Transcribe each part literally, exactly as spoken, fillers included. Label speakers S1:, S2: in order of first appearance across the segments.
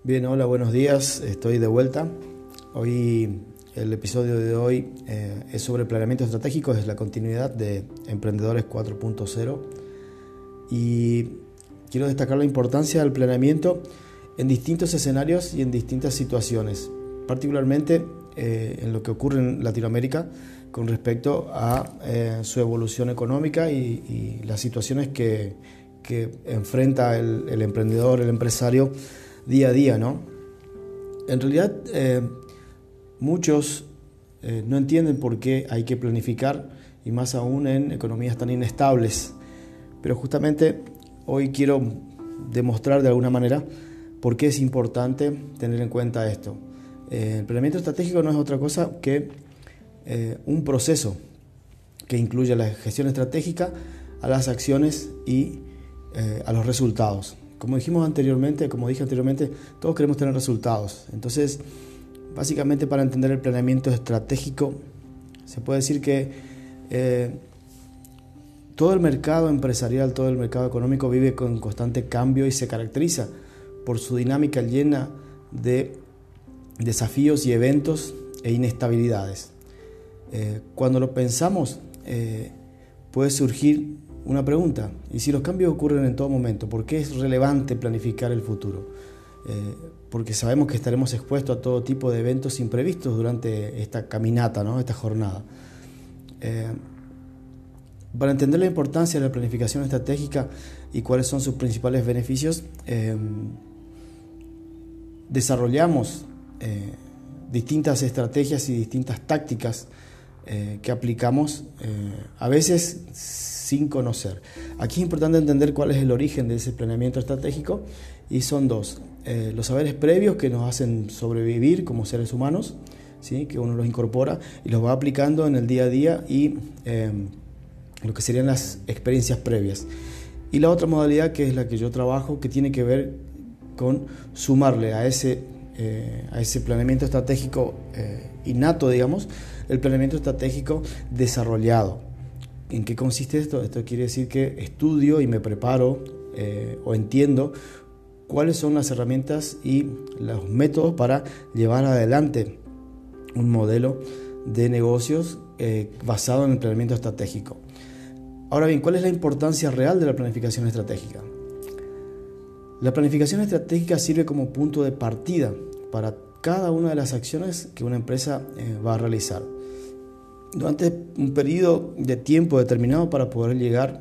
S1: Bien, hola, buenos días, estoy de vuelta. Hoy, el episodio de hoy eh, es sobre planeamiento estratégico, es la continuidad de Emprendedores cuatro punto cero y quiero destacar la importancia del planeamiento en distintos escenarios y en distintas situaciones, particularmente eh, en lo que ocurre en Latinoamérica con respecto a eh, su evolución económica y, y las situaciones que, que enfrenta el, el emprendedor, el empresario día a día, ¿no? En realidad, eh, muchos eh, no entienden por qué hay que planificar, y más aún en economías tan inestables. Pero justamente hoy quiero demostrar de alguna manera por qué es importante tener en cuenta esto. Eh, el planeamiento estratégico no es otra cosa que eh, un proceso que incluye la gestión estratégica a las acciones y eh, a los resultados. Como dijimos anteriormente, como dije anteriormente, todos queremos tener resultados. Entonces, básicamente para entender el planeamiento estratégico, se puede decir que eh, todo el mercado empresarial, todo el mercado económico vive con constante cambio y se caracteriza por su dinámica llena de desafíos y eventos e inestabilidades. Eh, cuando lo pensamos, eh, puede surgir una pregunta: ¿y si los cambios ocurren en todo momento? ¿Por qué es relevante planificar el futuro? Eh, porque sabemos que estaremos expuestos a todo tipo de eventos imprevistos durante esta caminata, ¿no? Esta jornada. Eh, para entender la importancia de la planificación estratégica y cuáles son sus principales beneficios, eh, desarrollamos eh, distintas estrategias y distintas tácticas eh, que aplicamos eh, a veces sin conocer. Aquí es importante entender cuál es el origen de ese planeamiento estratégico, y son dos: eh, los saberes previos que nos hacen sobrevivir como seres humanos, ¿sí? Que uno los incorpora y los va aplicando en el día a día, y eh, lo que serían las experiencias previas. Y la otra modalidad, que es la que yo trabajo, que tiene que ver con sumarle a ese, eh, a ese planeamiento estratégico eh, innato, digamos, el planeamiento estratégico desarrollado. ¿En qué consiste esto? Esto quiere decir que estudio y me preparo eh, o entiendo cuáles son las herramientas y los métodos para llevar adelante un modelo de negocios eh, basado en el planeamiento estratégico. Ahora bien, ¿cuál es la importancia real de la planificación estratégica? La planificación estratégica sirve como punto de partida para cada una de las acciones que una empresa eh, va a realizar durante un periodo de tiempo determinado para poder llegar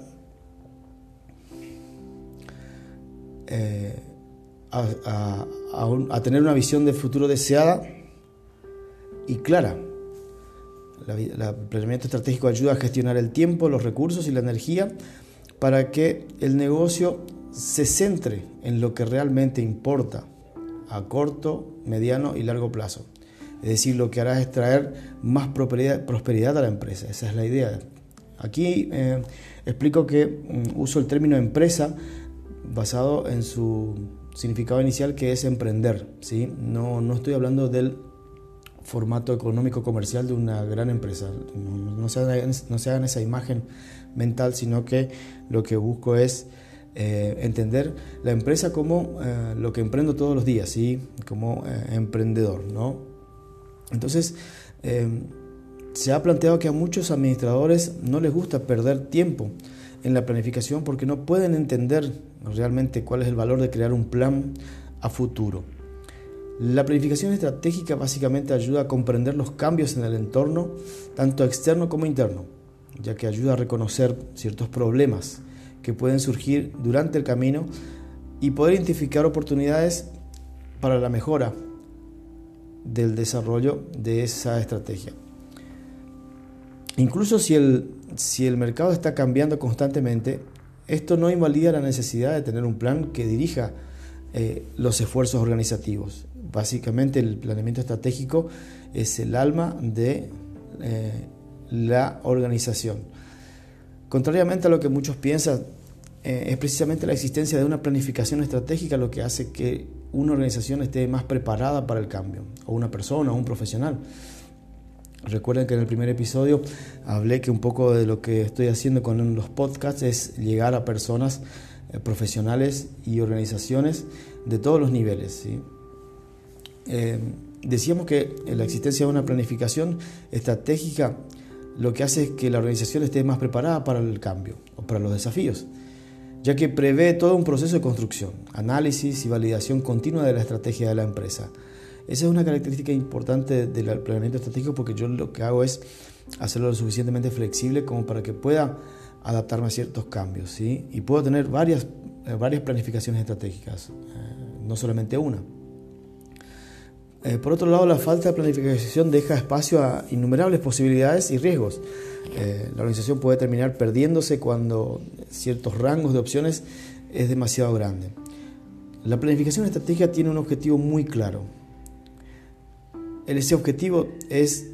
S1: eh, a, a, a, un, a tener una visión de futuro deseada y clara. La, la, el planeamiento estratégico ayuda a gestionar el tiempo, los recursos y la energía para que el negocio se centre en lo que realmente importa a corto, mediano y largo plazo. Es decir, lo que hará es traer más prosperidad, prosperidad a la empresa. Esa es la idea. Aquí eh, explico que um, uso el término empresa basado en su significado inicial, que es emprender, ¿sí? No, no estoy hablando del formato económico comercial de una gran empresa. No, no, se hagan, no se hagan esa imagen mental, sino que lo que busco es eh, entender la empresa como eh, lo que emprendo todos los días, ¿sí? Como eh, emprendedor, ¿no? Entonces, eh, se ha planteado que a muchos administradores no les gusta perder tiempo en la planificación porque no pueden entender realmente cuál es el valor de crear un plan a futuro. La planificación estratégica básicamente ayuda a comprender los cambios en el entorno, tanto externo como interno, ya que ayuda a reconocer ciertos problemas que pueden surgir durante el camino y poder identificar oportunidades para la mejora del desarrollo de esa estrategia. Incluso si el, si el mercado está cambiando constantemente, esto no invalida la necesidad de tener un plan que dirija eh, los esfuerzos organizativos. Básicamente, el planeamiento estratégico es el alma de eh, la organización. Contrariamente a lo que muchos piensan, eh, es precisamente la existencia de una planificación estratégica lo que hace que una organización esté más preparada para el cambio, o una persona, o un profesional. Recuerden que en el primer episodio hablé que un poco de lo que estoy haciendo con los podcasts es llegar a personas eh, profesionales y organizaciones de todos los niveles, ¿sí? eh, decíamos que la existencia de una planificación estratégica lo que hace es que la organización esté más preparada para el cambio o para los desafíos, ya que prevé todo un proceso de construcción, análisis y validación continua de la estrategia de la empresa. Esa es una característica importante del planeamiento estratégico, porque yo lo que hago es hacerlo lo suficientemente flexible como para que pueda adaptarme a ciertos cambios, ¿sí? Y puedo tener varias, eh, varias planificaciones estratégicas, eh, no solamente una. Eh, por otro lado, la falta de planificación deja espacio a innumerables posibilidades y riesgos. Eh, la organización puede terminar perdiéndose cuando ciertos rangos de opciones es demasiado grande. La planificación estratégica tiene un objetivo muy claro. Ese objetivo es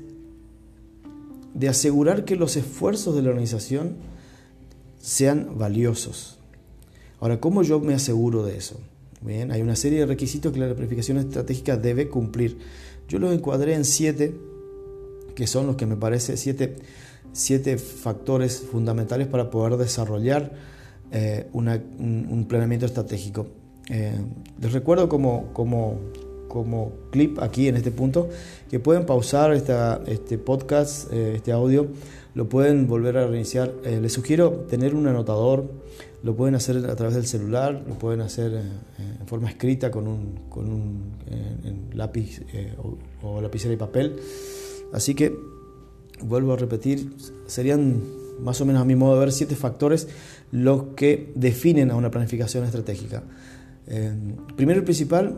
S1: de asegurar que los esfuerzos de la organización sean valiosos. Ahora, ¿cómo yo me aseguro de eso? Bien, hay una serie de requisitos que la planificación estratégica debe cumplir. Yo los encuadré en siete, que son los que me parece siete, siete factores fundamentales para poder desarrollar eh, una, un, un planeamiento estratégico. Eh, les recuerdo como, como, como clip aquí en este punto que pueden pausar esta, este podcast, eh, este audio, lo pueden volver a reiniciar. Eh, les sugiero tener un anotador. Lo pueden hacer a través del celular, lo pueden hacer eh, en forma escrita con un, con un eh, en lápiz eh, o, o lapicera y papel. Así que, vuelvo a repetir, serían más o menos a mi modo de ver siete factores los que definen a una planificación estratégica. Eh, primero y principal,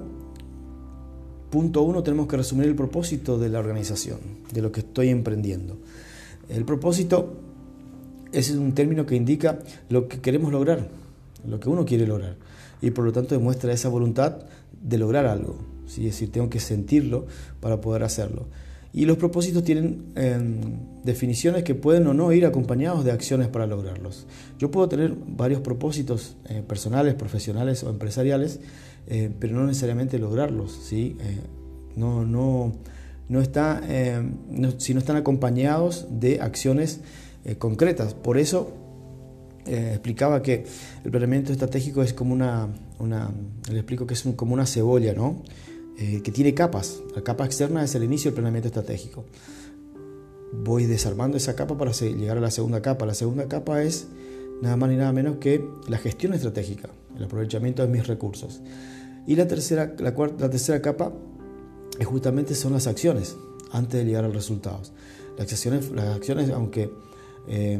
S1: punto uno, tenemos que resumir el propósito de la organización, de lo que estoy emprendiendo. El propósito es un término que indica lo que queremos lograr, lo que uno quiere lograr, y por lo tanto demuestra esa voluntad de lograr algo, ¿sí? Es decir, tengo que sentirlo para poder hacerlo. Y los propósitos tienen eh, definiciones que pueden o no ir acompañados de acciones para lograrlos. Yo puedo tener varios propósitos eh, personales, profesionales o empresariales, eh, pero no necesariamente lograrlos, ¿sí? Eh, no, no, no está, eh, no, si no están acompañados de acciones Eh, concretas. Por eso eh, explicaba que el planeamiento estratégico es como una, una le explico que es un, como una cebolla, ¿no? Eh, que tiene capas. La capa externa es el inicio del planeamiento estratégico. Voy desarmando esa capa para llegar a la segunda capa. La segunda capa es nada más ni nada menos que la gestión estratégica, el aprovechamiento de mis recursos. Y la tercera, la cuarta, la tercera capa es justamente son las acciones antes de llegar a los resultados. Las acciones, las acciones aunque Eh,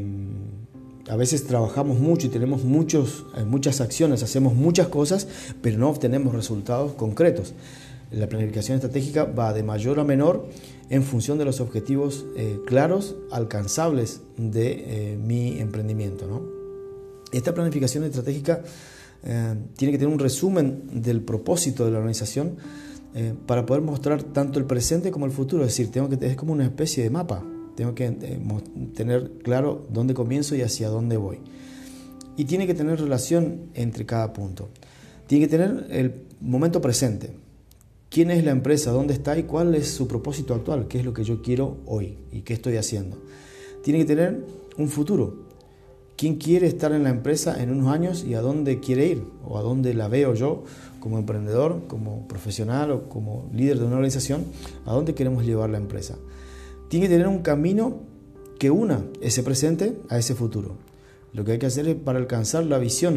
S1: a veces trabajamos mucho y tenemos muchos, eh, muchas acciones, hacemos muchas cosas, pero no obtenemos resultados concretos. La planificación estratégica va de mayor a menor en función de los objetivos eh, claros, alcanzables de eh, mi emprendimiento, ¿no? Esta planificación estratégica eh, tiene que tener un resumen del propósito de la organización eh, para poder mostrar tanto el presente como el futuro. Es decir, tengo que, es como una especie de mapa. Tengo que eh, tener claro dónde comienzo y hacia dónde voy. Y tiene que tener relación entre cada punto. Tiene que tener el momento presente. ¿Quién es la empresa? ¿Dónde está? ¿Y cuál es su propósito actual? ¿Qué es lo que yo quiero hoy? ¿Y qué estoy haciendo? Tiene que tener un futuro. ¿Quién quiere estar en la empresa en unos años y a dónde quiere ir? ¿O a dónde la veo yo como emprendedor, como profesional o como líder de una organización? ¿A dónde queremos llevar la empresa? Tiene que tener un camino que una ese presente a ese futuro. Lo que hay que hacer es para alcanzar la visión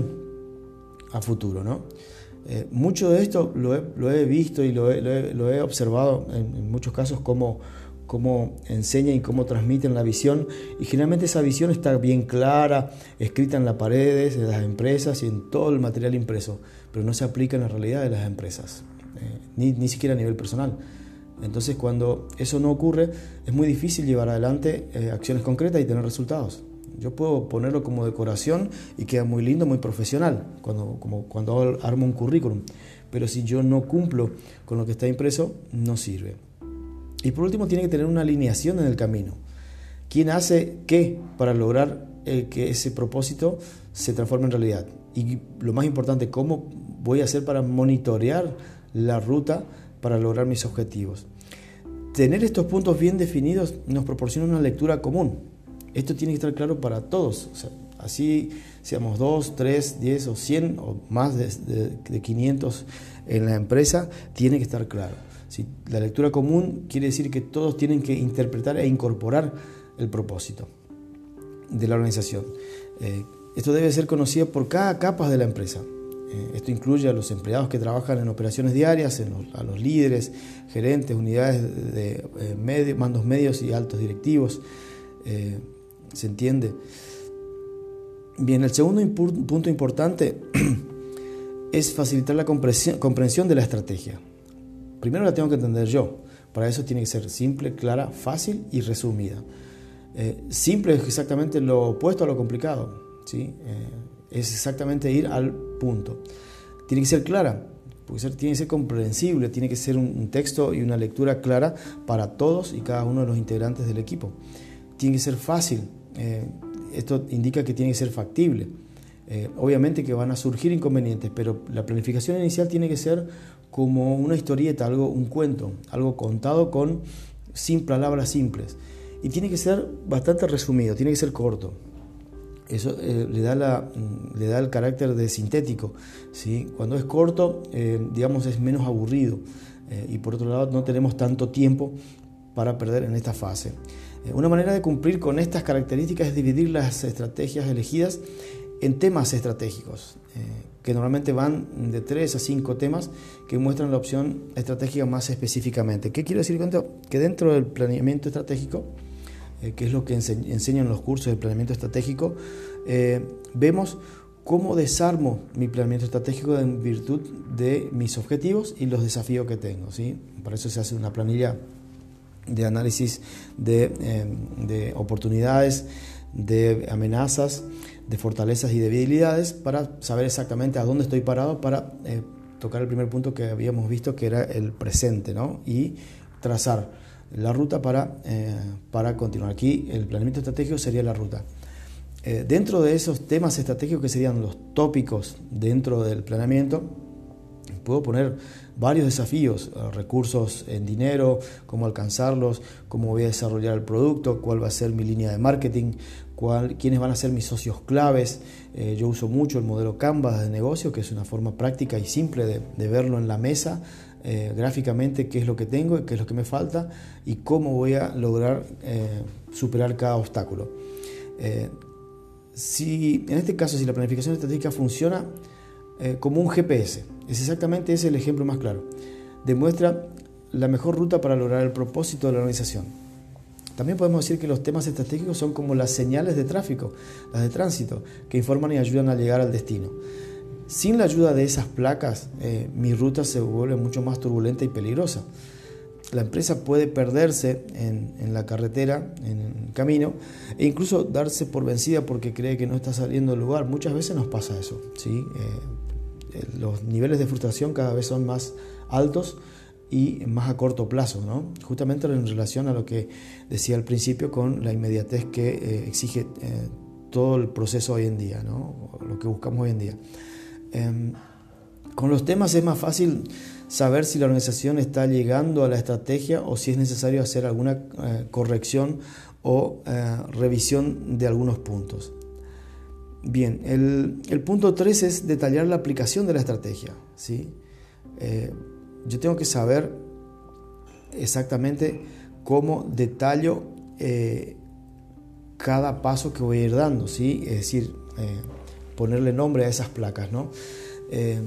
S1: a futuro, ¿no? Eh, mucho de esto lo he, lo he visto y lo he, lo he, lo he observado en, en muchos casos cómo, cómo enseñan y cómo transmiten la visión, y generalmente esa visión está bien clara, escrita en las paredes de las empresas y en todo el material impreso, pero no se aplica en la realidad de las empresas, eh, ni, ni siquiera a nivel personal. Entonces, cuando eso no ocurre, es muy difícil llevar adelante eh, acciones concretas y tener resultados. Yo puedo ponerlo como decoración y queda muy lindo, muy profesional, cuando, como cuando armo un currículum. Pero si yo no cumplo con lo que está impreso, no sirve. Y por último, tiene que tener una alineación en el camino. ¿Quién hace qué para lograr eh, que ese propósito se transforme en realidad? Y lo más importante, ¿cómo voy a hacer para monitorear la ruta para lograr mis objetivos? Tener estos puntos bien definidos nos proporciona una lectura común. Esto tiene que estar claro para todos. O sea, así seamos dos, tres, diez o cien o más de, de, de quinientos en la empresa, tiene que estar claro. ¿sí? La lectura común quiere decir que todos tienen que interpretar e incorporar el propósito de la organización. Eh, esto debe ser conocido por cada capa de la empresa. Eh, esto incluye a los empleados que trabajan en operaciones diarias, en los, a los líderes, gerentes, unidades de, de eh, medio, mandos medios y altos directivos. Eh, ¿Se entiende? Bien, el segundo impu- punto importante es facilitar la comprensión, comprensión de la estrategia. Primero la tengo que entender yo. Para eso tiene que ser simple, clara, fácil y resumida. Eh, simple es exactamente lo opuesto a lo complicado, ¿sí? Eh, es exactamente ir al punto. Tiene que ser clara, porque ser, tiene que ser comprensible, tiene que ser un, un texto y una lectura clara para todos y cada uno de los integrantes del equipo. Tiene que ser fácil, eh, esto indica que tiene que ser factible. Eh, obviamente que van a surgir inconvenientes, pero la planificación inicial tiene que ser como una historieta, algo, un cuento, algo contado con sin palabras simples. Y tiene que ser bastante resumido, tiene que ser corto. Eso eh, le, da la, le da el carácter de sintético, ¿sí? Cuando es corto, eh, digamos, es menos aburrido. Eh, y por otro lado, no tenemos tanto tiempo para perder en esta fase. Eh, una manera de cumplir con estas características es dividir las estrategias elegidas en temas estratégicos, eh, que normalmente van de tres a cinco temas que muestran la opción estratégica más específicamente. ¿Qué quiero decir con esto? Que dentro del planeamiento estratégico, eh, que es lo que ense- enseñan los cursos de planeamiento estratégico, eh, vemos cómo desarmo mi planeamiento estratégico en virtud de mis objetivos y los desafíos que tengo, ¿sí? Para eso se hace una planilla de análisis de, eh, de oportunidades, de amenazas, de fortalezas y debilidades, para saber exactamente a dónde estoy parado, para eh, tocar el primer punto que habíamos visto, que era el presente, ¿no? Y trazar la ruta para, eh, para continuar. Aquí el planeamiento estratégico sería la ruta. Eh, dentro de esos temas estratégicos, que serían los tópicos dentro del planeamiento, puedo poner varios desafíos, recursos en dinero, cómo alcanzarlos, cómo voy a desarrollar el producto, cuál va a ser mi línea de marketing, cuál, quiénes van a ser mis socios claves. Eh, yo uso mucho el modelo Canvas de negocio, que es una forma práctica y simple de, de verlo en la mesa, eh, gráficamente, qué es lo que tengo, qué es lo que me falta y cómo voy a lograr eh, superar cada obstáculo. Eh, si, en este caso, si la planificación estratégica funciona eh, como un G P S, es exactamente ese el ejemplo más claro. Demuestra la mejor ruta para lograr el propósito de la organización. También podemos decir que los temas estratégicos son como las señales de tráfico, las de tránsito, que informan y ayudan a llegar al destino. Sin la ayuda de esas placas, eh, mi ruta se vuelve mucho más turbulenta y peligrosa. La empresa puede perderse en, en la carretera, en el camino, e incluso darse por vencida porque cree que no está saliendo del lugar. Muchas veces nos pasa eso, ¿sí? Eh, los niveles de frustración cada vez son más altos y más a corto plazo, ¿no? Justamente en relación a lo que decía al principio, con la inmediatez que eh, exige eh, todo el proceso hoy en día, ¿no? Lo que buscamos hoy en día. Eh, con los temas es más fácil saber si la organización está llegando a la estrategia o si es necesario hacer alguna eh, corrección o eh, revisión de algunos puntos. Bien, el, el punto tres es detallar la aplicación de la estrategia, ¿sí? Eh, yo tengo que saber exactamente cómo detallo eh, cada paso que voy a ir dando, ¿sí? Es decir, eh, ponerle nombre a esas placas, ¿no? Eh,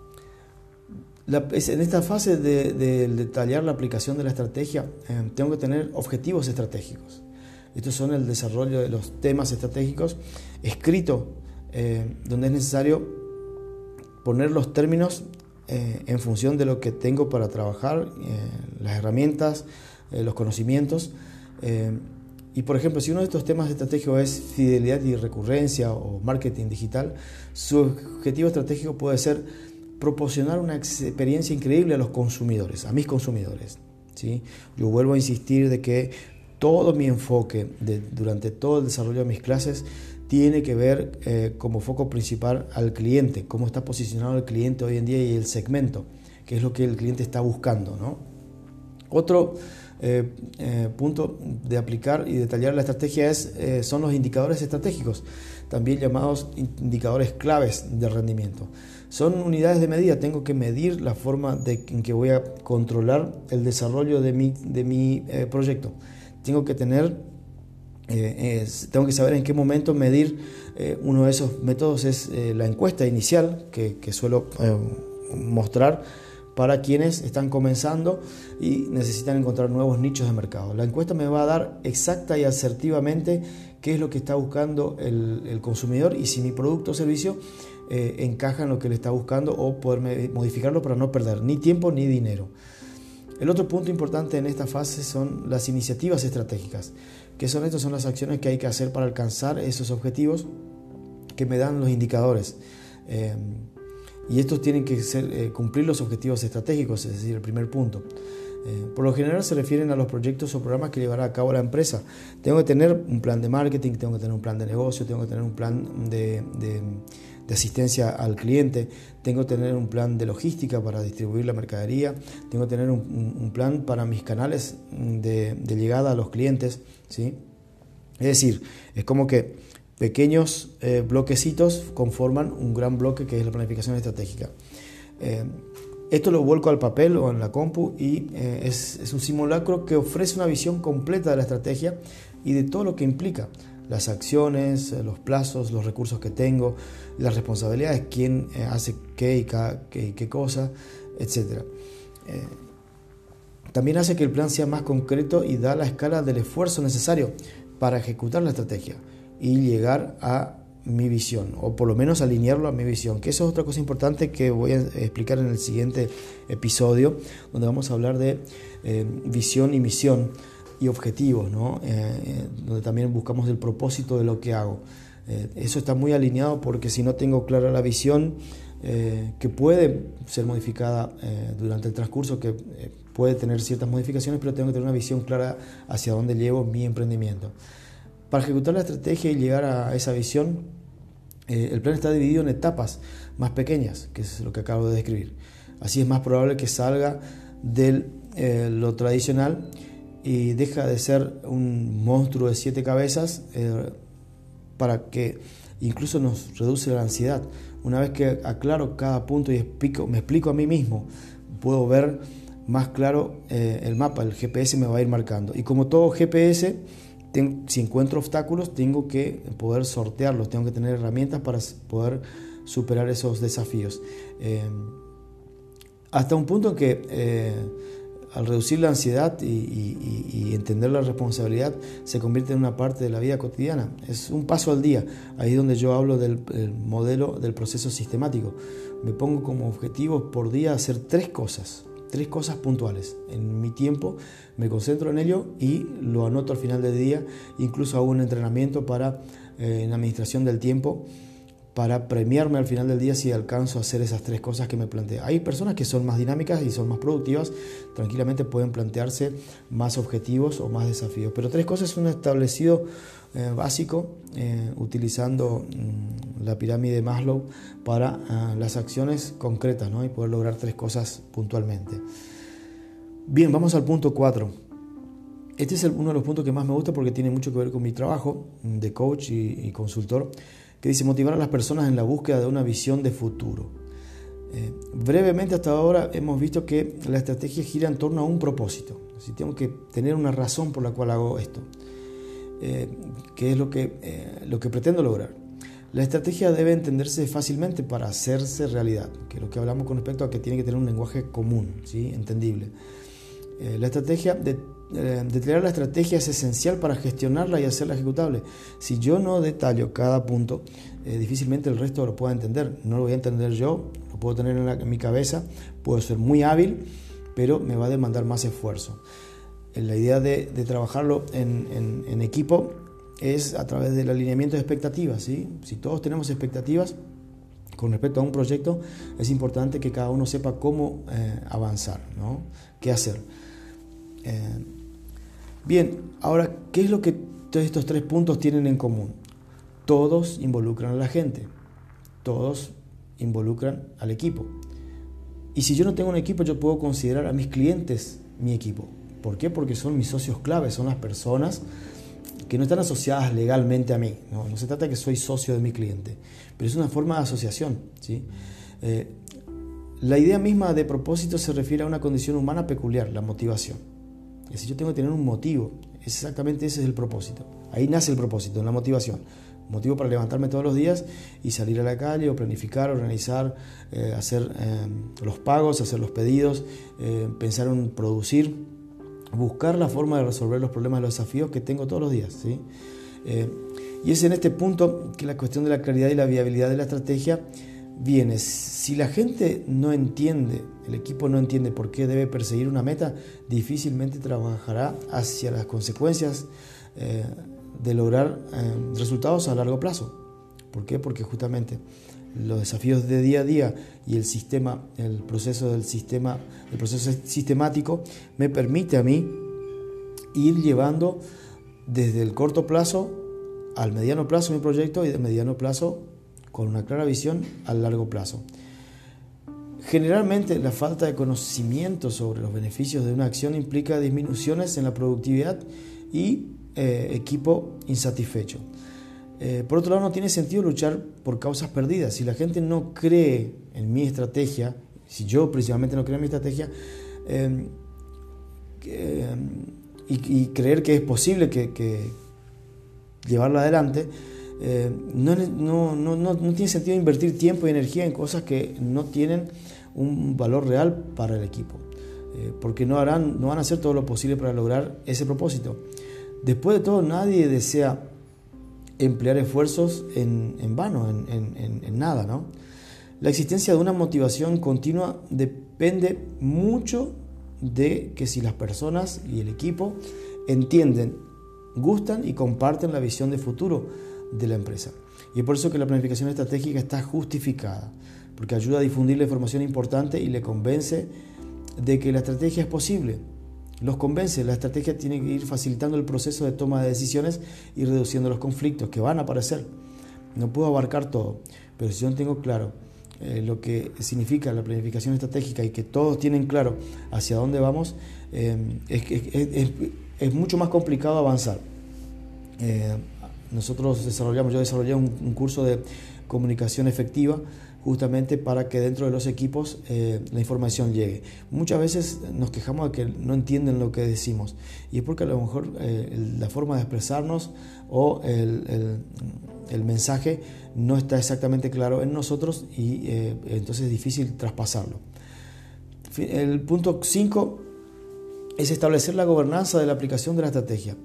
S1: la, en esta fase de, de detallar la aplicación de la estrategia, eh, tengo que tener objetivos estratégicos. Estos son el desarrollo de los temas estratégicos escrito, eh, donde es necesario poner los términos eh, en función de lo que tengo para trabajar, eh, las herramientas, eh, los conocimientos. Eh, y por ejemplo, si uno de estos temas estratégicos es fidelidad y recurrencia o marketing digital, su objetivo estratégico puede ser proporcionar una experiencia increíble a los consumidores, a mis consumidores, ¿sí? Yo vuelvo a insistir de que todo mi enfoque de, durante todo el desarrollo de mis clases tiene que ver eh, como foco principal al cliente, cómo está posicionado el cliente hoy en día y el segmento, que es lo que el cliente está buscando, ¿no? Otro eh, eh, punto de aplicar y detallar la estrategia es, eh, son los indicadores estratégicos, también llamados indicadores claves de rendimiento. Son unidades de medida, tengo que medir la forma de, en que voy a controlar el desarrollo de mi, de mi eh, proyecto. Tengo que tener, eh, es, tengo que saber en qué momento medir. Eh, uno de esos métodos es eh, la encuesta inicial que, que suelo eh, mostrar para quienes están comenzando y necesitan encontrar nuevos nichos de mercado. La encuesta me va a dar exacta y asertivamente qué es lo que está buscando el, el consumidor y si mi producto o servicio eh, encaja en lo que le está buscando, o poder modificarlo para no perder ni tiempo ni dinero. El otro punto importante en esta fase son las iniciativas estratégicas. ¿Qué son estas? Son las acciones que hay que hacer para alcanzar esos objetivos que me dan los indicadores. Eh, Y estos tienen que ser, eh, cumplir los objetivos estratégicos, es decir, el primer punto. Eh, por lo general se refieren a los proyectos o programas que llevará a cabo la empresa. Tengo que tener un plan de marketing, tengo que tener un plan de negocio, tengo que tener un plan de, de, de asistencia al cliente, tengo que tener un plan de logística para distribuir la mercadería, tengo que tener un, un, un plan para mis canales de, de llegada a los clientes, ¿sí? Es decir, es como que pequeños eh, bloquecitos conforman un gran bloque que es la planificación estratégica. Eh, esto lo vuelco al papel o en la compu y eh, es, es un simulacro que ofrece una visión completa de la estrategia y de todo lo que implica. Las acciones, los plazos, los recursos que tengo, las responsabilidades, quién eh, hace qué y cada, qué, qué cosa, etcétera. Eh, también hace que el plan sea más concreto y da la escala del esfuerzo necesario para ejecutar la estrategia y llegar a mi visión, o por lo menos alinearlo a mi visión, que eso es otra cosa importante que voy a explicar en el siguiente episodio, donde vamos a hablar de eh, visión y misión y objetivos, ¿no? Eh, donde también buscamos el propósito de lo que hago. Eh, eso está muy alineado, porque si no tengo clara la visión, eh, que puede ser modificada eh, durante el transcurso, que eh, puede tener ciertas modificaciones, pero tengo que tener una visión clara hacia dónde llevo mi emprendimiento. Para ejecutar la estrategia y llegar a esa visión, eh, el plan está dividido en etapas más pequeñas, que es lo que acabo de describir. Así es más probable que salga de eh, lo tradicional y deja de ser un monstruo de siete cabezas, eh, para que incluso nos reduce la ansiedad. Una vez que aclaro cada punto y explico, me explico a mí mismo, puedo ver más claro eh, el mapa, el G P S me va a ir marcando. Y como todo G P S, Tengo, si encuentro obstáculos, tengo que poder sortearlos, tengo que tener herramientas para poder superar esos desafíos. Eh, hasta un punto en que eh, al reducir la ansiedad y, y, y entender la responsabilidad, se convierte en una parte de la vida cotidiana. Es un paso al día, ahí es donde yo hablo del, del modelo del proceso sistemático. Me pongo como objetivo por día hacer tres cosas. Tres cosas puntuales. En mi tiempo me concentro en ello y lo anoto al final del día. Incluso hago un entrenamiento para, eh, en administración del tiempo, para premiarme al final del día si alcanzo a hacer esas tres cosas que me planteé. Hay personas que son más dinámicas y son más productivas, tranquilamente pueden plantearse más objetivos o más desafíos. Pero tres cosas es un establecido eh, básico, eh, utilizando mm, la pirámide de Maslow para uh, las acciones concretas, ¿no? Y poder lograr tres cosas puntualmente. Bien, vamos al punto cuatro. Este es el, uno de los puntos que más me gusta porque tiene mucho que ver con mi trabajo de coach y, y consultor, que dice motivar a las personas en la búsqueda de una visión de futuro. Eh, brevemente hasta ahora hemos visto que la estrategia gira en torno a un propósito. Si tengo que tener una razón por la cual hago esto, eh, que es lo que, eh, lo que pretendo lograr. La estrategia debe entenderse fácilmente para hacerse realidad, que es lo que hablamos con respecto a que tiene que tener un lenguaje común, ¿sí? Entendible. Eh, la estrategia de Eh, detallar la estrategia es esencial para gestionarla y hacerla ejecutable. Si yo no detallo cada punto, eh, difícilmente el resto lo pueda entender. No lo voy a entender yo, lo puedo tener en, la, en mi cabeza, puedo ser muy hábil, pero me va a demandar más esfuerzo. Eh, la idea de, de trabajarlo en, en, en equipo es a través del alineamiento de expectativas, ¿sí? Si todos tenemos expectativas con respecto a un proyecto, es importante que cada uno sepa cómo eh, avanzar, ¿no? ¿Qué hacer? Eh, Bien, ahora, ¿qué es lo que todos estos tres puntos tienen en común? Todos involucran a la gente, todos involucran al equipo. Y si yo no tengo un equipo, yo puedo considerar a mis clientes mi equipo. ¿Por qué? Porque son mis socios claves, son las personas que no están asociadas legalmente a mí. No, no se trata de que soy socio de mi cliente, pero es una forma de asociación, ¿sí? Eh, la idea misma de propósito se refiere a una condición humana peculiar, la motivación. Es decir, yo tengo que tener un motivo. Es exactamente ese es el propósito. Ahí nace el propósito, en la motivación. Motivo para levantarme todos los días y salir a la calle o planificar, organizar, eh, hacer eh, los pagos, hacer los pedidos, eh, pensar en producir, buscar la forma de resolver los problemas, los desafíos que tengo todos los días, ¿sí? Eh, y es en este punto que la cuestión de la claridad y la viabilidad de la estrategia viene. Si la gente no entiende, el equipo no entiende por qué debe perseguir una meta, difícilmente trabajará hacia las consecuencias eh, de lograr eh, resultados a largo plazo. ¿Por qué? Porque justamente los desafíos de día a día y el sistema, el proceso del sistema, el proceso sistemático me permite a mí ir llevando desde el corto plazo al mediano plazo mi proyecto y de mediano plazo con una clara visión al largo plazo. Generalmente la falta de conocimiento sobre los beneficios de una acción implica disminuciones en la productividad y eh, equipo insatisfecho. Eh, por otro lado, no tiene sentido luchar por causas perdidas. Si la gente no cree en mi estrategia, si yo principalmente no creo en mi estrategia, eh, eh, y, y creer que es posible que, que llevarla adelante, eh, no, no, no, no, no tiene sentido invertir tiempo y energía en cosas que no tienen un valor real para el equipo, eh, porque no, harán, no van a hacer todo lo posible para lograr ese propósito. Después de todo, nadie desea emplear esfuerzos en, en vano, en, en, en nada, ¿no? La existencia de una motivación continua depende mucho de que si las personas y el equipo entienden, gustan y comparten la visión de futuro de la empresa. Y es por eso que la planificación estratégica está justificada, porque ayuda a difundir la información importante y le convence de que la estrategia es posible. Los convence, la estrategia tiene que ir facilitando el proceso de toma de decisiones y reduciendo los conflictos que van a aparecer. No puedo abarcar todo, pero si yo no tengo claro eh, lo que significa la planificación estratégica y que todos tienen claro hacia dónde vamos, eh, es, es, es, es mucho más complicado avanzar. Eh, nosotros desarrollamos, yo desarrollé un, un curso de comunicación efectiva justamente para que dentro de los equipos eh, la información llegue. Muchas veces nos quejamos de que no entienden lo que decimos y es porque a lo mejor eh, la forma de expresarnos o el, el, el mensaje no está exactamente claro en nosotros y eh, entonces es difícil traspasarlo. El punto cinco es establecer la gobernanza de la aplicación de la estrategia.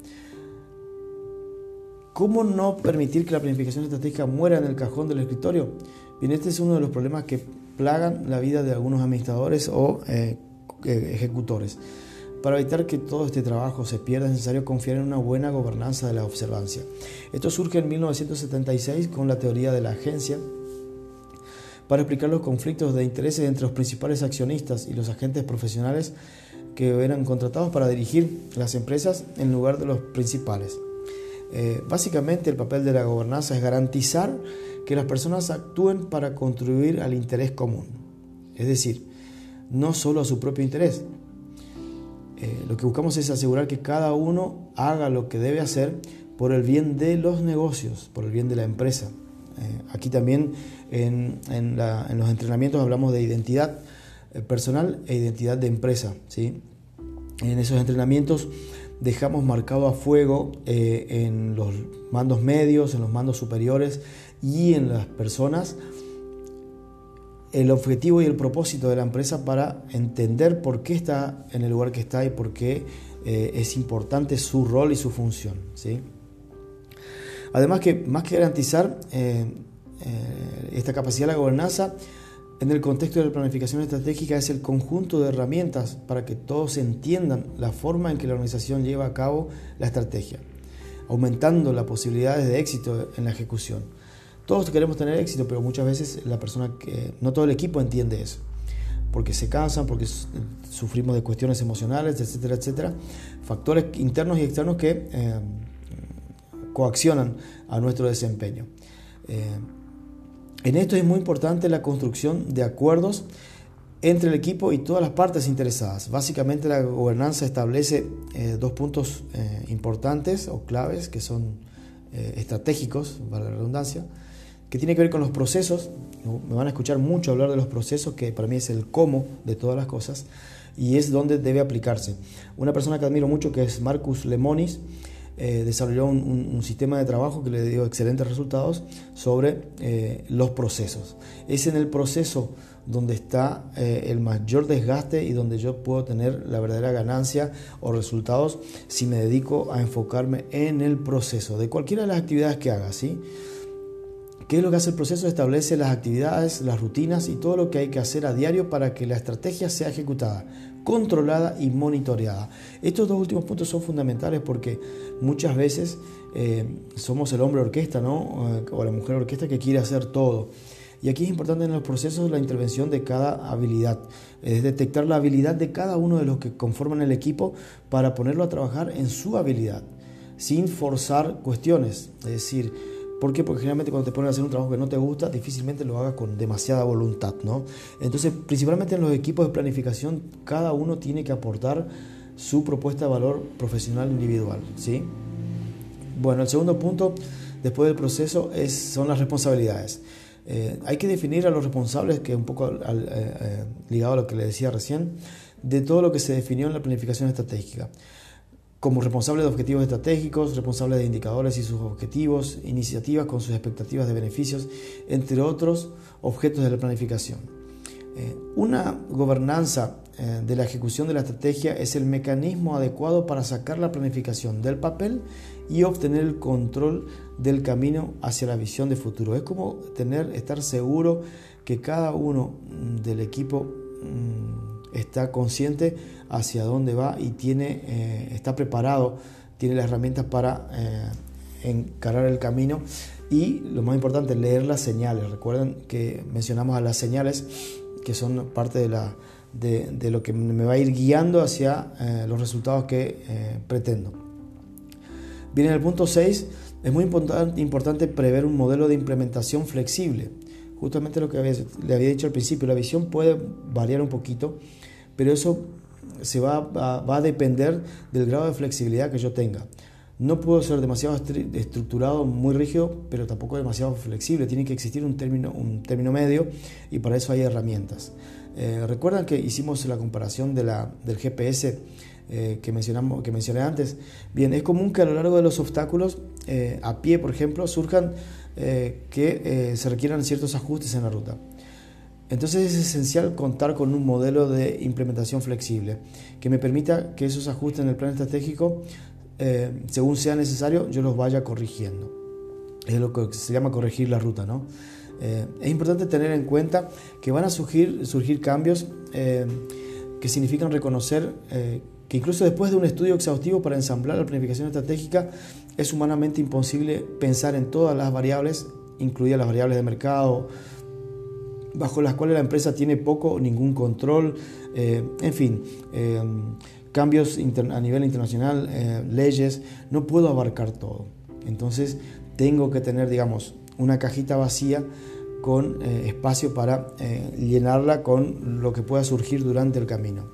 S1: ¿Cómo no permitir que la planificación estratégica muera en el cajón del escritorio? Bien, este es uno de los problemas que plagan la vida de algunos administradores o eh, ejecutores. Para evitar que todo este trabajo se pierda, es necesario confiar en una buena gobernanza de la observancia. Esto surge en mil novecientos setenta y seis con la teoría de la agencia para explicar los conflictos de intereses entre los principales accionistas y los agentes profesionales que eran contratados para dirigir las empresas en lugar de los principales. Eh, básicamente el papel de la gobernanza es garantizar que las personas actúen para contribuir al interés común, es decir, no solo a su propio interés. Eh, lo que buscamos es asegurar que cada uno haga lo que debe hacer por el bien de los negocios, por el bien de la empresa. Eh, aquí también en, en, la, en los entrenamientos hablamos de identidad personal e identidad de empresa, ¿sí? En esos entrenamientos dejamos marcado a fuego eh, en los mandos medios, en los mandos superiores y en las personas el objetivo y el propósito de la empresa para entender por qué está en el lugar que está y por qué eh, es importante su rol y su función, ¿sí? Además que más que garantizar eh, eh, esta capacidad de la gobernanza, en el contexto de la planificación estratégica es el conjunto de herramientas para que todos entiendan la forma en que la organización lleva a cabo la estrategia, aumentando las posibilidades de éxito en la ejecución. Todos queremos tener éxito, pero muchas veces la persona que, no todo el equipo entiende eso, porque se cansan, porque sufrimos de cuestiones emocionales, etcétera, etcétera, factores internos y externos que eh, coaccionan a nuestro desempeño. Eh, En esto es muy importante la construcción de acuerdos entre el equipo y todas las partes interesadas. Básicamente la gobernanza establece eh, dos puntos eh, importantes o claves que son eh, estratégicos, para la redundancia, que tiene que ver con los procesos. Me van a escuchar mucho hablar de los procesos, que para mí es el cómo de todas las cosas y es donde debe aplicarse. Una persona que admiro mucho, que es Marcus Lemonis, eh, desarrolló un, un, un sistema de trabajo que le dio excelentes resultados sobre eh, los procesos. Es en el proceso donde está eh, el mayor desgaste y donde yo puedo tener la verdadera ganancia o resultados si me dedico a enfocarme en el proceso de cualquiera de las actividades que haga, ¿sí? ¿Qué es lo que hace el proceso? Establece las actividades, las rutinas y todo lo que hay que hacer a diario para que la estrategia sea ejecutada, controlada y monitoreada. Estos dos últimos puntos son fundamentales porque muchas veces eh, somos el hombre orquesta, ¿no? O la mujer orquesta que quiere hacer todo. Y aquí es importante en los procesos la intervención de cada habilidad, es detectar la habilidad de cada uno de los que conforman el equipo para ponerlo a trabajar en su habilidad, sin forzar cuestiones. Es decir, ¿por qué? Porque generalmente cuando te ponen a hacer un trabajo que no te gusta, difícilmente lo hagas con demasiada voluntad, ¿no? Entonces, principalmente en los equipos de planificación, cada uno tiene que aportar su propuesta de valor profesional individual, ¿sí? Bueno, el segundo punto, después del proceso, es, son las responsabilidades. Eh, hay que definir a los responsables, que es un poco al, al, eh, ligado a lo que le decía recién, de todo lo que se definió en la planificación estratégica, como responsable de objetivos estratégicos, responsable de indicadores y sus objetivos, iniciativas con sus expectativas de beneficios, entre otros objetos de la planificación. Eh, una gobernanza eh, de la ejecución de la estrategia es el mecanismo adecuado para sacar la planificación del papel y obtener el control del camino hacia la visión de futuro. Es como tener, estar seguro que cada uno del equipo mmm, está consciente hacia dónde va y tiene, eh, está preparado, tiene las herramientas para eh, encarar el camino y, lo más importante, leer las señales. Recuerden que mencionamos a las señales, que son parte de, la, de, de lo que me va a ir guiando hacia eh, los resultados que eh, pretendo. Bien, en el punto seis, es muy importante, importante prever un modelo de implementación flexible. Justamente lo que había, le había dicho al principio, la visión puede variar un poquito, pero eso se va a, va a depender del grado de flexibilidad que yo tenga. No puedo ser demasiado estructurado, muy rígido, pero tampoco demasiado flexible. Tiene que existir un término, un término medio y para eso hay herramientas. Eh, ¿Recuerdan que hicimos la comparación de la, del G P S eh, que, mencionamos, que mencioné antes? Bien, es común que a lo largo de los obstáculos, eh, a pie, por ejemplo, surjan eh, que eh, se requieran ciertos ajustes en la ruta. Entonces es esencial contar con un modelo de implementación flexible que me permita que esos ajustes en el plan estratégico, eh, según sea necesario, yo los vaya corrigiendo. Es lo que se llama corregir la ruta, ¿no? Eh, es importante tener en cuenta que van a surgir, surgir cambios eh, que significan reconocer eh, que incluso después de un estudio exhaustivo para ensamblar la planificación estratégica, es humanamente imposible pensar en todas las variables, incluidas las variables de mercado, bajo las cuales la empresa tiene poco o ningún control, eh, en fin, eh, cambios a nivel internacional, eh, leyes, no puedo abarcar todo. Entonces tengo que tener, digamos, una cajita vacía con eh, espacio para eh, llenarla con lo que pueda surgir durante el camino.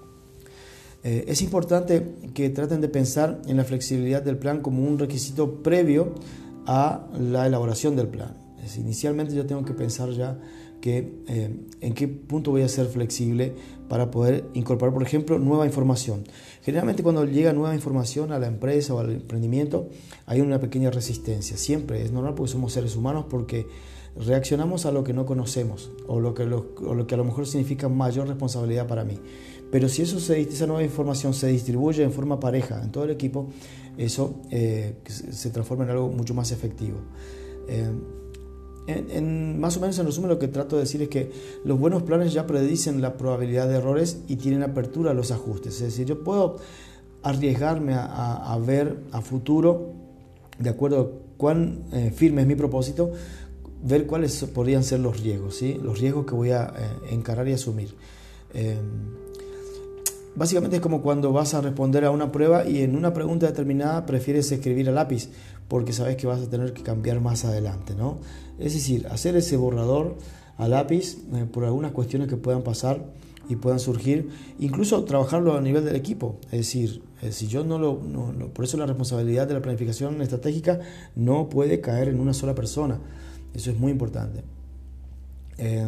S1: Eh, es importante que traten de pensar en la flexibilidad del plan como un requisito previo a la elaboración del plan. Es decir, inicialmente yo tengo que pensar ya que, eh, en qué punto voy a ser flexible para poder incorporar, por ejemplo, nueva información. Generalmente cuando llega nueva información a la empresa o al emprendimiento hay una pequeña resistencia. Siempre es normal porque somos seres humanos, porque reaccionamos a lo que no conocemos o lo que, lo, o lo que a lo mejor significa mayor responsabilidad para mí. Pero si eso se, esa nueva información se distribuye en forma pareja en todo el equipo, eso eh, se transforma en algo mucho más efectivo. Eh, En, en, más o menos en resumen, lo que trato de decir es que los buenos planes ya predicen la probabilidad de errores y tienen apertura a los ajustes. Es decir, yo puedo arriesgarme a, a, a ver a futuro, de acuerdo a cuán eh, firme es mi propósito, ver cuáles podrían ser los riesgos, ¿sí? Los riesgos que voy a eh, encarar y asumir. Eh, Básicamente es como cuando vas a responder a una prueba y en una pregunta determinada prefieres escribir a lápiz porque sabes que vas a tener que cambiar más adelante, ¿no? Es decir, hacer ese borrador, a lápiz eh, por algunas cuestiones que puedan pasar y puedan surgir, incluso trabajarlo a nivel del equipo. Es decir, eh, si yo no lo, no, no, por eso la responsabilidad de la planificación estratégica no puede caer en una sola persona. Eso es muy importante. Eh,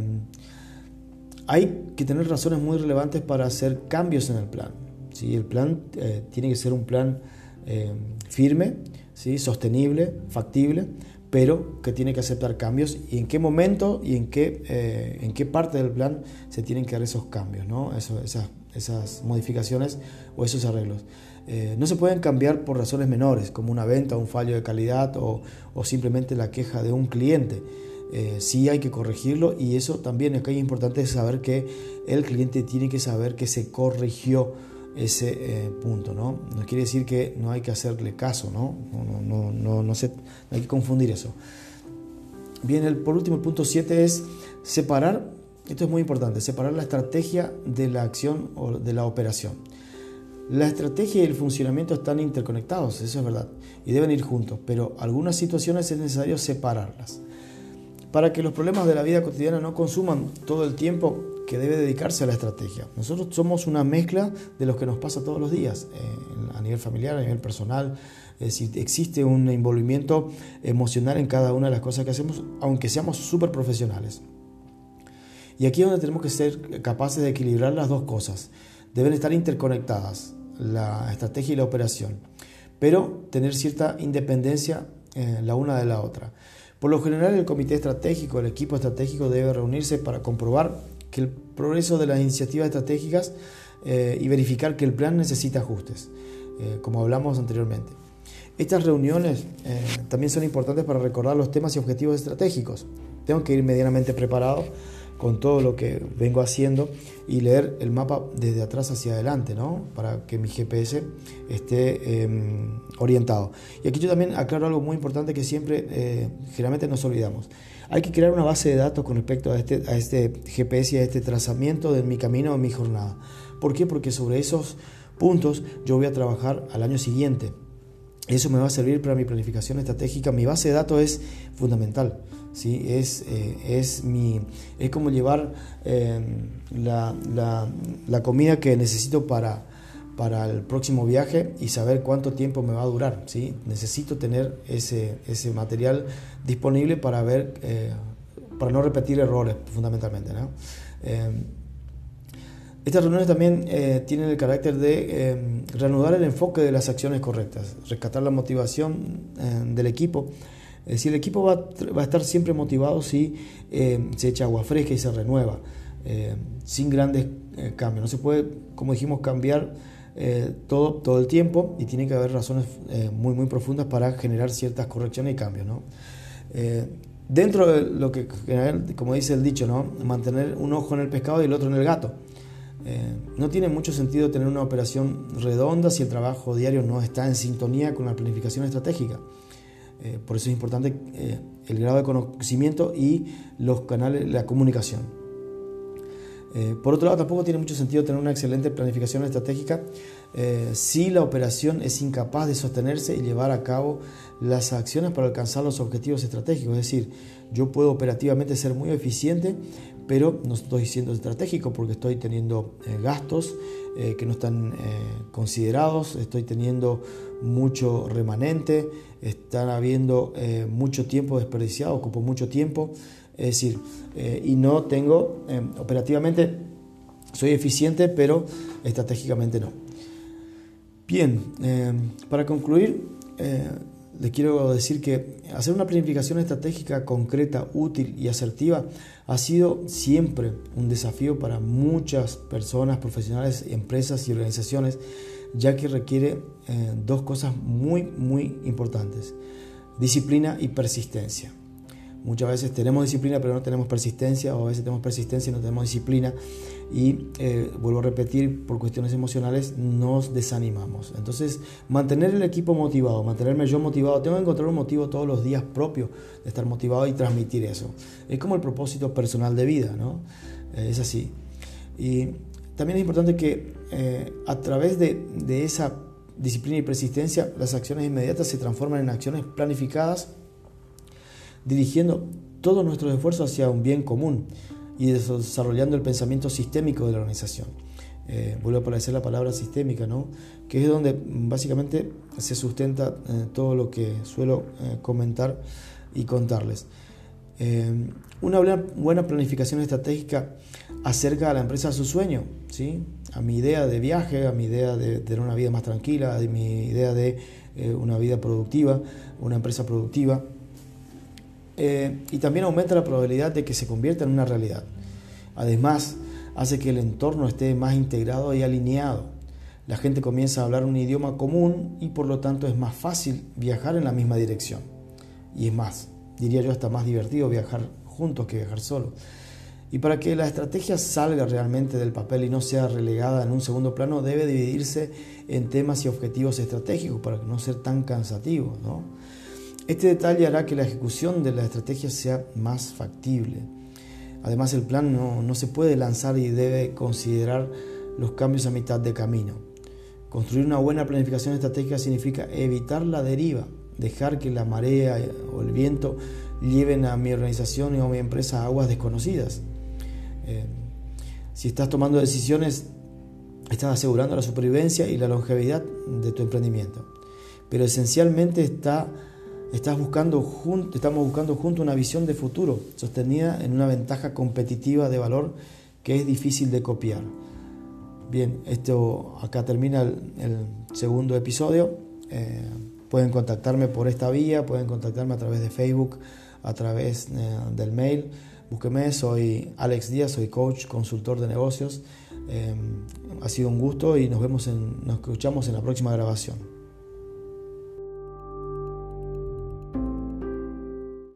S1: hay que tener razones muy relevantes para hacer cambios en el plan. ¿Sí? El plan eh, tiene que ser un plan eh, firme, ¿sí? Sostenible, factible, pero que tiene que aceptar cambios y en qué momento y en qué, eh, en qué parte del plan se tienen que dar esos cambios, ¿no? Eso, esas, esas modificaciones o esos arreglos. Eh, no se pueden cambiar por razones menores, como una venta, un fallo de calidad o, o simplemente la queja de un cliente. Eh, sí hay que corregirlo, y eso también acá es importante saber que el cliente tiene que saber que se corrigió ese eh, punto, ¿no? No quiere decir que no hay que hacerle caso, ¿no? No, no, no, no, se, no hay que confundir eso. Bien, el, por último, el punto siete es separar, esto es muy importante, separar la estrategia de la acción o de la operación. La estrategia y el funcionamiento están interconectados, eso es verdad, y deben ir juntos, pero algunas situaciones es necesario separarlas para que los problemas de la vida cotidiana no consuman todo el tiempo que debe dedicarse a la estrategia. Nosotros somos una mezcla de lo que nos pasa todos los días, eh, a nivel familiar, a nivel personal. Es decir, existe un envolvimiento emocional en cada una de las cosas que hacemos, aunque seamos súper profesionales. Y aquí es donde tenemos que ser capaces de equilibrar las dos cosas. Deben estar interconectadas, la estrategia y la operación, pero tener cierta independencia eh, la una de la otra. Por lo general, el comité estratégico, el equipo estratégico debe reunirse para comprobar que el progreso de las iniciativas estratégicas eh, y verificar que el plan necesita ajustes, eh, como hablamos anteriormente. Estas reuniones eh, también son importantes para recordar los temas y objetivos estratégicos. Tengo que ir medianamente preparado con todo lo que vengo haciendo y leer el mapa desde atrás hacia adelante, ¿no? Para que mi G P S esté eh, orientado. Y aquí yo también aclaro algo muy importante que siempre, eh, generalmente nos olvidamos. Hay que crear una base de datos con respecto a este, a este G P S y a este trazamiento de mi camino o mi jornada. ¿Por qué? Porque sobre esos puntos yo voy a trabajar al año siguiente. Eso me va a servir para mi planificación estratégica. Mi base de datos es fundamental, ¿sí? Es, eh, es, mi, es como llevar eh, la, la, la comida que necesito para, para el próximo viaje y saber cuánto tiempo me va a durar, ¿sí? Necesito tener ese, ese material disponible para, ver, eh, para no repetir errores, fundamentalmente, ¿no? Eh, Estas reuniones también eh, tienen el carácter de eh, reanudar el enfoque de las acciones correctas, rescatar la motivación eh, del equipo. Es decir, el equipo va, va a estar siempre motivado si eh, se echa agua fresca y se renueva, eh, sin grandes eh, cambios. No se puede, como dijimos, cambiar eh, todo, todo el tiempo, y tiene que haber razones eh, muy, muy profundas para generar ciertas correcciones y cambios, ¿no? Eh, dentro de lo que, como dice el dicho, ¿no? Mantener un ojo en el pescado y el otro en el gato. Eh, no tiene mucho sentido tener una operación redonda si el trabajo diario no está en sintonía con la planificación estratégica. Eh, por eso es importante eh, el grado de conocimiento y los canales, la comunicación. Eh, por otro lado, tampoco tiene mucho sentido tener una excelente planificación estratégica eh, si la operación es incapaz de sostenerse y llevar a cabo las acciones para alcanzar los objetivos estratégicos. Es decir, yo puedo operativamente ser muy eficiente, pero no estoy siendo estratégico porque estoy teniendo eh, gastos eh, que no están eh, considerados, estoy teniendo mucho remanente, están habiendo eh, mucho tiempo desperdiciado, ocupo mucho tiempo, es decir, eh, y no tengo, eh, operativamente soy eficiente, pero estratégicamente no. Bien, eh, para concluir, eh, les quiero decir que hacer una planificación estratégica concreta, útil y asertiva ha sido siempre un desafío para muchas personas, profesionales, empresas y organizaciones, ya que requiere eh, dos cosas muy, muy importantes: disciplina y persistencia. Muchas veces tenemos disciplina pero no tenemos persistencia, o a veces tenemos persistencia y no tenemos disciplina, y eh, vuelvo a repetir, por cuestiones emocionales nos desanimamos. Entonces, mantener el equipo motivado, mantenerme yo motivado, tengo que encontrar un motivo todos los días propio de estar motivado y transmitir eso. Es como el propósito personal de vida, ¿no? Eh, es así. Y también es importante que eh, a través de, de esa disciplina y persistencia, las acciones inmediatas se transforman en acciones planificadas, dirigiendo todos nuestros esfuerzos hacia un bien común y desarrollando el pensamiento sistémico de la organización. Eh, vuelve a aparecer la palabra sistémica, ¿no? Que es donde básicamente se sustenta eh, todo lo que suelo eh, comentar y contarles. Eh, una buena planificación estratégica acerca a la empresa a su sueño, ¿sí? A mi idea de viaje, a mi idea de tener una vida más tranquila, a mi idea de eh, una vida productiva, una empresa productiva. Eh, y también aumenta la probabilidad de que se convierta en una realidad. Además, hace que el entorno esté más integrado y alineado. La gente comienza a hablar un idioma común y por lo tanto es más fácil viajar en la misma dirección. Y es más, diría yo, hasta más divertido viajar juntos que viajar solo. Y para que la estrategia salga realmente del papel y no sea relegada en un segundo plano, debe dividirse en temas y objetivos estratégicos para no ser tan cansativo, ¿no? Este detalle hará que la ejecución de la estrategia sea más factible. Además, el plan no, no se puede lanzar y debe considerar los cambios a mitad de camino. Construir una buena planificación estratégica significa evitar la deriva, dejar que la marea o el viento lleven a mi organización o a mi empresa a aguas desconocidas. Eh, si estás tomando decisiones, estás asegurando la supervivencia y la longevidad de tu emprendimiento. Pero esencialmente está... Estás buscando junto, estamos buscando juntos una visión de futuro sostenida en una ventaja competitiva de valor que es difícil de copiar. Bien, esto acá termina el, el segundo episodio. Eh, pueden contactarme por esta vía, pueden contactarme a través de Facebook, a través eh, del mail. Búsqueme, soy Alex Díaz, soy coach, consultor de negocios. Eh, ha sido un gusto y nos vemos en, nos escuchamos en la próxima grabación.